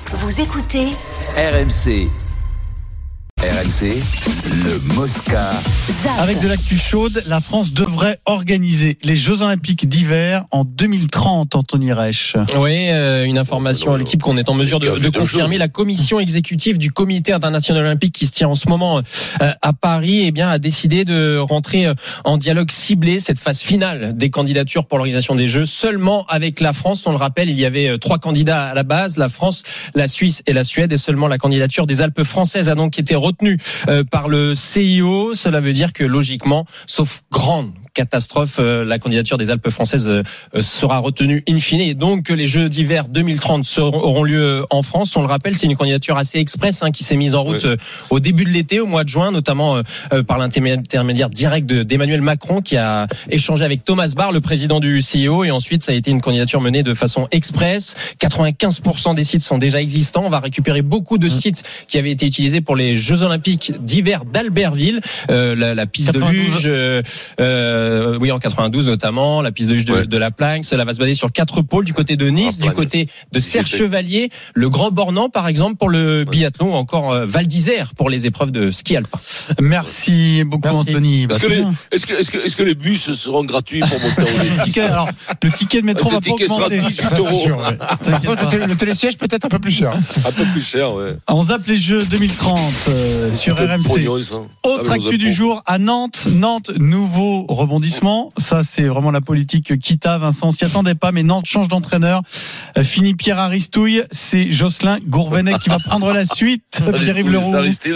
Vous écoutez RMC. RMC, le Mosca. Zap. Avec de l'actu chaude, la France devrait organiser les Jeux Olympiques d'hiver en 2030, Anthony Reich. Oui, une information à l'équipe qu'on est en mesure de confirmer. La commission exécutive du Comité international olympique qui se tient en ce moment à Paris, a décidé de rentrer en dialogue ciblé cette phase finale des candidatures pour l'organisation des Jeux seulement avec la France. On le rappelle, il y avait 3 candidats à la base, la France, la Suisse et la Suède, et seulement la candidature des Alpes françaises a donc été retenue par le CIO. Cela veut dire que logiquement, sauf grande catastrophe, la candidature des Alpes françaises sera retenue in fine, et donc que les Jeux d'hiver 2030 auront lieu en France. On le rappelle, c'est une candidature assez express qui s'est mise en route au début de l'été, au mois de juin, notamment par l'intermédiaire direct d'Emmanuel Macron, qui a échangé avec Thomas Barr, le président du CIO, et ensuite ça a été une candidature menée de façon express. 95% des sites sont déjà existants. On va récupérer beaucoup de sites qui avaient été utilisés pour les Jeux Olympiques d'hiver d'Albertville, la piste 92. de luge, oui, en 92 notamment, la piste de luge de la Planck. Cela va se baser sur 4 pôles du côté de Nice, du côté de Serre-Chevalier, le Grand Bornand par exemple pour le biathlon, ou encore Val d'Isère pour les épreuves de ski alpin. Merci beaucoup, Anthony. Est-ce que les bus seront gratuits pour monter en ticket, alors, le ticket de métro va pas augmenter. 18 €. Le télésiège peut-être un peu plus cher. Un peu plus cher, ouais. On zappe les Jeux 2030 sur RMC. Autre actu du jour à Nantes. Nantes, nouveau rebondissement. Ça, c'est vraiment la politique Kita. Vincent s'y attendait pas, mais Nantes change d'entraîneur. Fini Pierre Aristouille. C'est Jocelyn Gourvenec qui va prendre la suite. Pierre-Yves Leroux.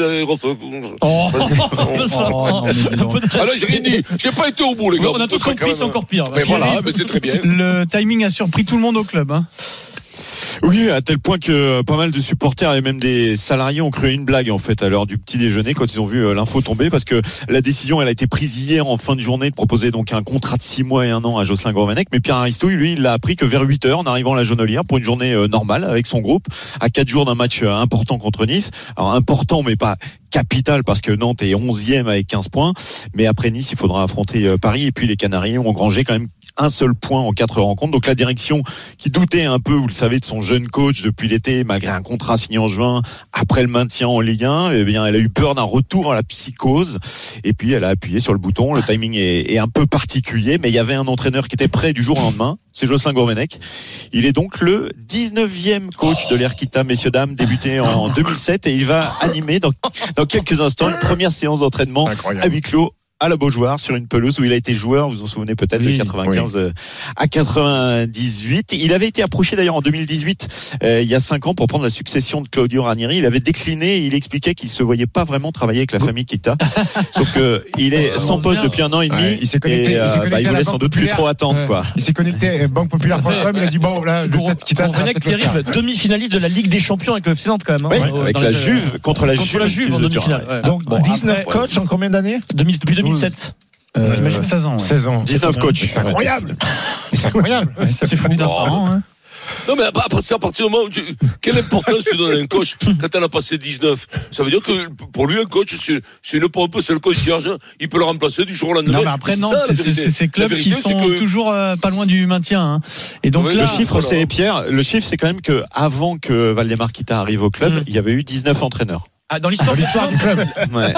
Alors, j'ai rien dit. J'ai pas été au bout, les gars. On a tous compris, c'est encore pire. Mais voilà, mais c'est très bien. Le timing a surpris tout le monde au club. Oui, à tel point que pas mal de supporters et même des salariés ont cru une blague en fait à l'heure du petit déjeuner quand ils ont vu l'info tomber, parce que la décision elle a été prise hier en fin de journée de proposer donc un contrat de 6 mois et 1 an à Jocelyn Gourvenec, mais Pierre Aristouille lui il l'a appris que vers 8h en arrivant à la Jaunelière pour une journée normale avec son groupe à 4 jours d'un match important contre Nice. Alors important mais pas capital parce que Nantes est 11e avec 15 points, mais après Nice il faudra affronter Paris, et puis les Canaries ont engrangé quand même un seul point en 4 rencontres. Donc la direction qui doutait un peu, vous le savez, de son jeune coach depuis l'été, malgré un contrat signé en juin, après le maintien en Ligue 1, elle a eu peur d'un retour à la psychose, et puis elle a appuyé sur le bouton. Le timing est un peu particulier, mais il y avait un entraîneur qui était prêt du jour au lendemain, c'est Jocelyn Gourvenec. Il est donc le 19e coach de l'Air Kita, messieurs dames, débuté en 2007, et il va animer dans quelques instants une première séance d'entraînement à huis clos à la Beaujoire, sur une pelouse où il a été joueur, vous vous en souvenez peut-être, de 95 à 98. Il avait été approché d'ailleurs en 2018, il y a 5 ans, pour prendre la succession de Claudio Ranieri. Il avait décliné et il expliquait qu'il se voyait pas vraiment travailler avec la famille Kita. Sauf que il est sans poste depuis 1 an et demi. Il s'est connecté, il voulait sans doute plus trop attendre, quoi. Il s'est connecté à banquepopulaire.com, il a dit bon, là, peut-être Kita. Gourvenec qui arrive demi-finaliste de la Ligue des Champions avec le FC Nantes quand même. Oui, avec la Juve, contre la Juve en demi-finale. Donc 19 coachs en combien d'années? Depuis 2007. 16 ans. 16 ans. 19 coachs. C'est incroyable. C'est incroyable. C'est fou d'un an, Non, mais c'est à partir du moment où quelle importance tu donnes à un coach quand t'en as passé 19? Ça veut dire que pour lui, un coach, c'est une pompe, c'est le concierge, il peut le remplacer du jour au lendemain. Non, mais après, non, c'est ces clubs qui sont toujours pas loin du maintien. Et donc là, le chiffre, c'est Pierre, le chiffre, c'est quand même que avant que Valdemar Kita arrive au club, il y avait eu 19 entraîneurs. Dans l'histoire du club. Ouais.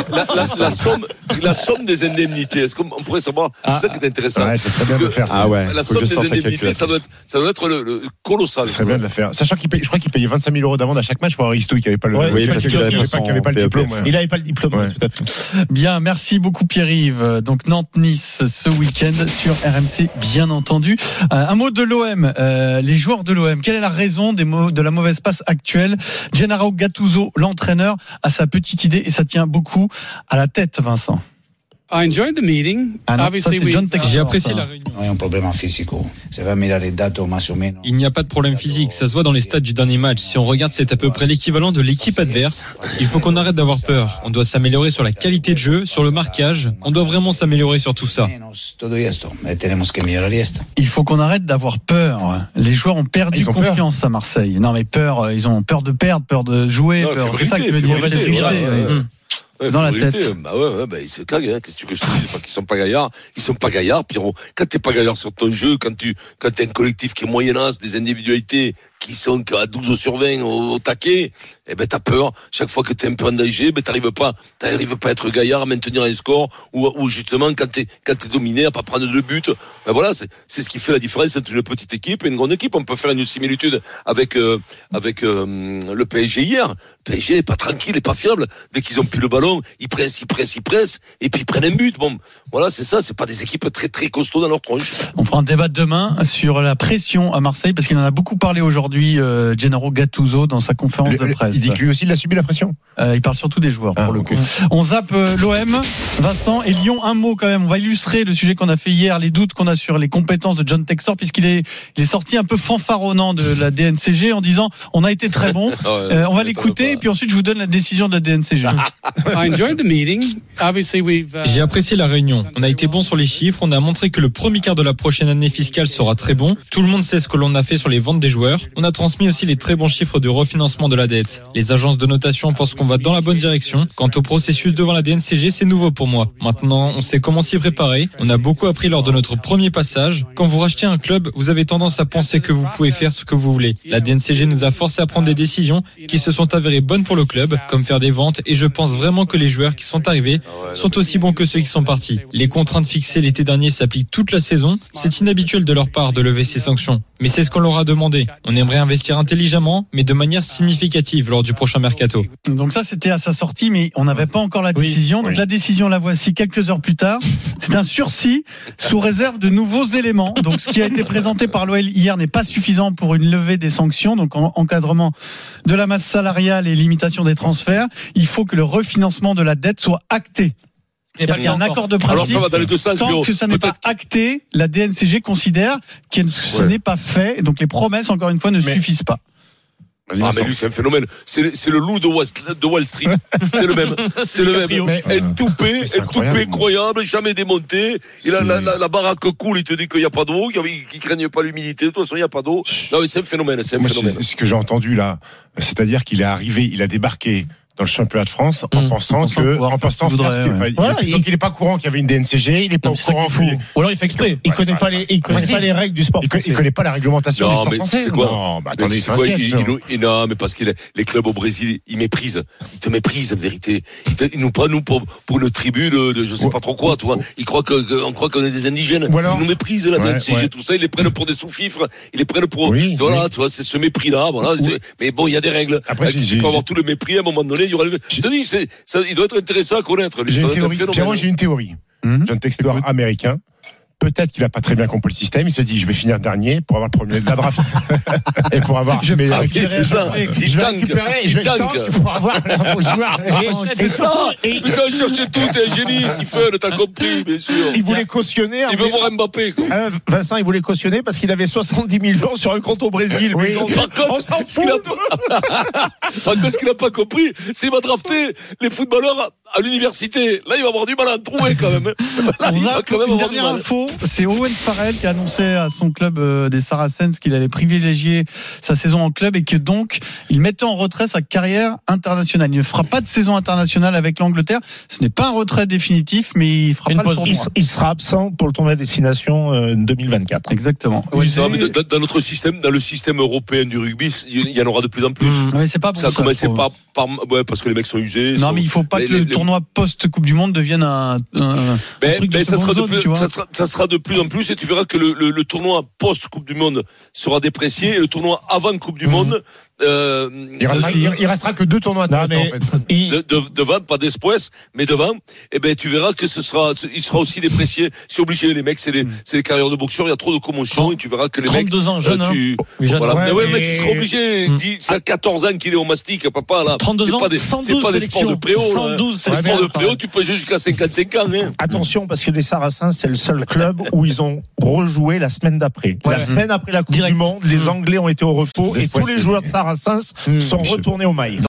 La somme des indemnités, est-ce qu'on pourrait savoir? C'est ça qui est intéressant. Ouais, c'est très bien de faire ça. La somme des indemnités, ça doit être le colossal. C'est très bien de le faire. Sachant je crois qu'il payait 25 000 € d'amende à chaque match pour Aristouille qui avait pas le diplôme. Il avait pas le diplôme, tout à fait. Bien, merci beaucoup Pierre-Yves. Donc Nantes-Nice ce week-end sur RMC, bien entendu. Un mot de l'OM, les joueurs de l'OM. Quelle est la raison de la mauvaise passe actuelle? Gennaro Gattuso, l'entraîneur, a sa petite idée et ça tient beaucoup à la tête, Vincent. I enjoyed the meeting. J'ai apprécié la réunion. Il n'y a pas de problème physique, ça se voit dans les stats du dernier match. Si on regarde, c'est à peu près l'équivalent de l'équipe adverse. Il faut qu'on arrête d'avoir peur. On doit s'améliorer sur la qualité de jeu, sur le marquage. On doit vraiment s'améliorer sur tout ça. Il faut qu'on arrête d'avoir peur. Les joueurs ont perdu confiance à Marseille. Non mais peur, ils ont peur de perdre, peur de jouer, peur. C'est ça qui veut dire dans la tête. C'est cague, qu'est-ce que je te dis? Parce qu'ils sont pas gaillards. Ils sont pas gaillards, Pierrot. Quand t'es pas gaillard sur ton jeu, quand t'es un collectif qui est moyennasse, des individualités qui sont à 12 sur 20 au taquet, eh ben, t'as peur. Chaque fois que t'es un peu en danger, ben, t'arrives pas à être gaillard, à maintenir un score, ou justement, quand t'es dominé, à pas prendre de but. Ben voilà, c'est ce qui fait la différence entre une petite équipe et une grande équipe. On peut faire une similitude avec le PSG hier. Le PSG est pas tranquille, est pas fiable. Dès qu'ils ont plus le ballon, ils pressent, et puis ils prennent un but. Bon, voilà, c'est ça. C'est pas des équipes très, très costauds dans leur tronche. On fera un débat demain sur la pression à Marseille, parce qu'il en a beaucoup parlé aujourd'hui, Gennaro Gattuso, dans sa conférence de presse. Il dit que lui aussi, il a subi la pression. Il parle surtout des joueurs, pour le coup. On zappe l'OM, Vincent, et Lyon. Un mot quand même. On va illustrer le sujet qu'on a fait hier, les doutes qu'on a sur les compétences de John Textor, puisqu'il est sorti un peu fanfaronnant de la DNCG en disant on a été très bon. On va l'écouter, et puis ensuite je vous donne la décision de la DNCG. J'ai apprécié la réunion. On a été bon sur les chiffres. On a montré que le premier quart de la prochaine année fiscale sera très bon. Tout le monde sait ce que l'on a fait sur les ventes des joueurs. On a transmis aussi les très bons chiffres de refinancement de la dette. Les agences de notation pensent qu'on va dans la bonne direction. Quant au processus devant la DNCG, c'est nouveau pour moi. Maintenant, on sait comment s'y préparer. On a beaucoup appris lors de notre premier passage. Quand vous rachetez un club, vous avez tendance à penser que vous pouvez faire ce que vous voulez. La DNCG nous a forcé à prendre des décisions qui se sont avérées bonnes pour le club, comme faire des ventes, et je pense vraiment que les joueurs qui sont arrivés sont aussi bons que ceux qui sont partis. Les contraintes fixées l'été dernier s'appliquent toute la saison. C'est inhabituel de leur part de lever ces sanctions. Mais c'est ce qu'on leur a demandé. On aimerait investir intelligemment, mais de manière significative lors du prochain mercato. Donc ça, c'était à sa sortie, mais on n'avait pas encore la décision. Donc la décision, la voici quelques heures plus tard. C'est un sursis sous réserve de nouveaux éléments. Donc ce qui a été présenté par l'OL hier n'est pas suffisant pour une levée des sanctions. Donc encadrement de la masse salariale et limitation des transferts. Il faut que le refinancement de la dette soit acté. Il y a un accord de principe. Alors ça va dans les deux sens, tant que ça n'est pas acté, la DNCG considère que ce n'est pas fait. Donc les promesses, encore une fois, ne suffisent pas. Ah mais lui c'est un phénomène, c'est le loup de Wall Street, c'est le même, Toupé, incroyable, jamais démonté, il a la baraque cool, il te dit qu'il n'y a pas d'eau, qu'il craigne pas l'humidité, de toute façon il n'y a pas d'eau, non mais c'est un phénomène. C'est ce que j'ai entendu là, c'est-à-dire qu'il est arrivé, il a débarqué dans le championnat de France en pensant il est pas courant qu'il y avait une DNCG, il est pas au courant ou alors il fait exprès, il connaît pas les règles du sport français. Il connaît pas la réglementation du sport français. C'est quoi? Non, attendez, c'est un sketch. Non, mais parce que les clubs au Brésil, ils méprisent. Ils te méprisent, en vérité. Ils nous prennent nous pour une tribu de je sais pas trop quoi, tu vois. Ils croient on croit qu'on est des indigènes. Ils nous méprisent, la DNCG, tout ça, ils les prennent pour des sous-fifres, ils les prennent pour voilà, tu vois, c'est ce mépris là, voilà. Mais bon, il y a des règles. Après, tu peux avoir tout le mépris à un moment donné. Je te dis, il doit être intéressant à connaître. J'ai une théorie. John Textor américain. Peut-être qu'il a pas très bien compris le système. Il se dit, je vais finir dernier pour avoir le premier de la draft. Et pour avoir, c'est ça. Je vais récupérer, je vais tank pour avoir un joueur. C'est ça. Putain, il cherchait tout, t'es un génie, Stephen, t'as compris, bien sûr. Il voulait cautionner. Il veut voir Mbappé, quoi. Vincent, il voulait cautionner parce qu'il avait 70 millions sur un compte au Brésil. Oui. Par contre, ce qu'il n'a pas compris, c'est qu'il va drafter les footballeurs à l'université. Là, il va avoir du mal à en trouver, quand même. Là, il va quand même avoir du mal. Info, c'est Owen Farrell qui a annoncé à son club des Saracens qu'il allait privilégier sa saison en club et que donc il mettait en retrait sa carrière internationale. Il ne fera pas de saison internationale avec l'Angleterre. Ce n'est pas un retrait définitif, mais il fera pas le tournoi. Il sera absent pour le tournoi Destination 2024. Exactement. Oui, non, mais dans notre système, dans le système européen du rugby, il y en aura de plus en plus. Mais c'est pas bon, ça a commencé parce que les mecs sont usés. Non, mais il faut pas que le tournoi post-Coupe du Monde devienne un truc de seconde zone, ça sera de plus en plus et tu verras que le tournoi post-Coupe du Monde sera déprécié et le tournoi avant Coupe du Monde il restera que 2 tournois intéressants, en fait. Devant, pas d'espoir, mais devant, et ben tu verras que il sera aussi déprécié. C'est obligé, les mecs, c'est des carrières de boxeurs, il y a trop de commotion et tu verras que les mecs. 32 ans, jeune, voilà. Mais tu seras obligé. Ça a 14 ans qu'il est au mastic, papa, là. 32 ans, c'est pas des sports de préau, 112, c'est des sports de préau, tu peux jouer jusqu'à 55 ans, hein. Attention, parce que les Saracens, c'est le seul club où ils ont rejoué la semaine d'après. La semaine après la Coupe du Monde, les Anglais ont été au repos et tous les joueurs de Saracens sont retournés au mail.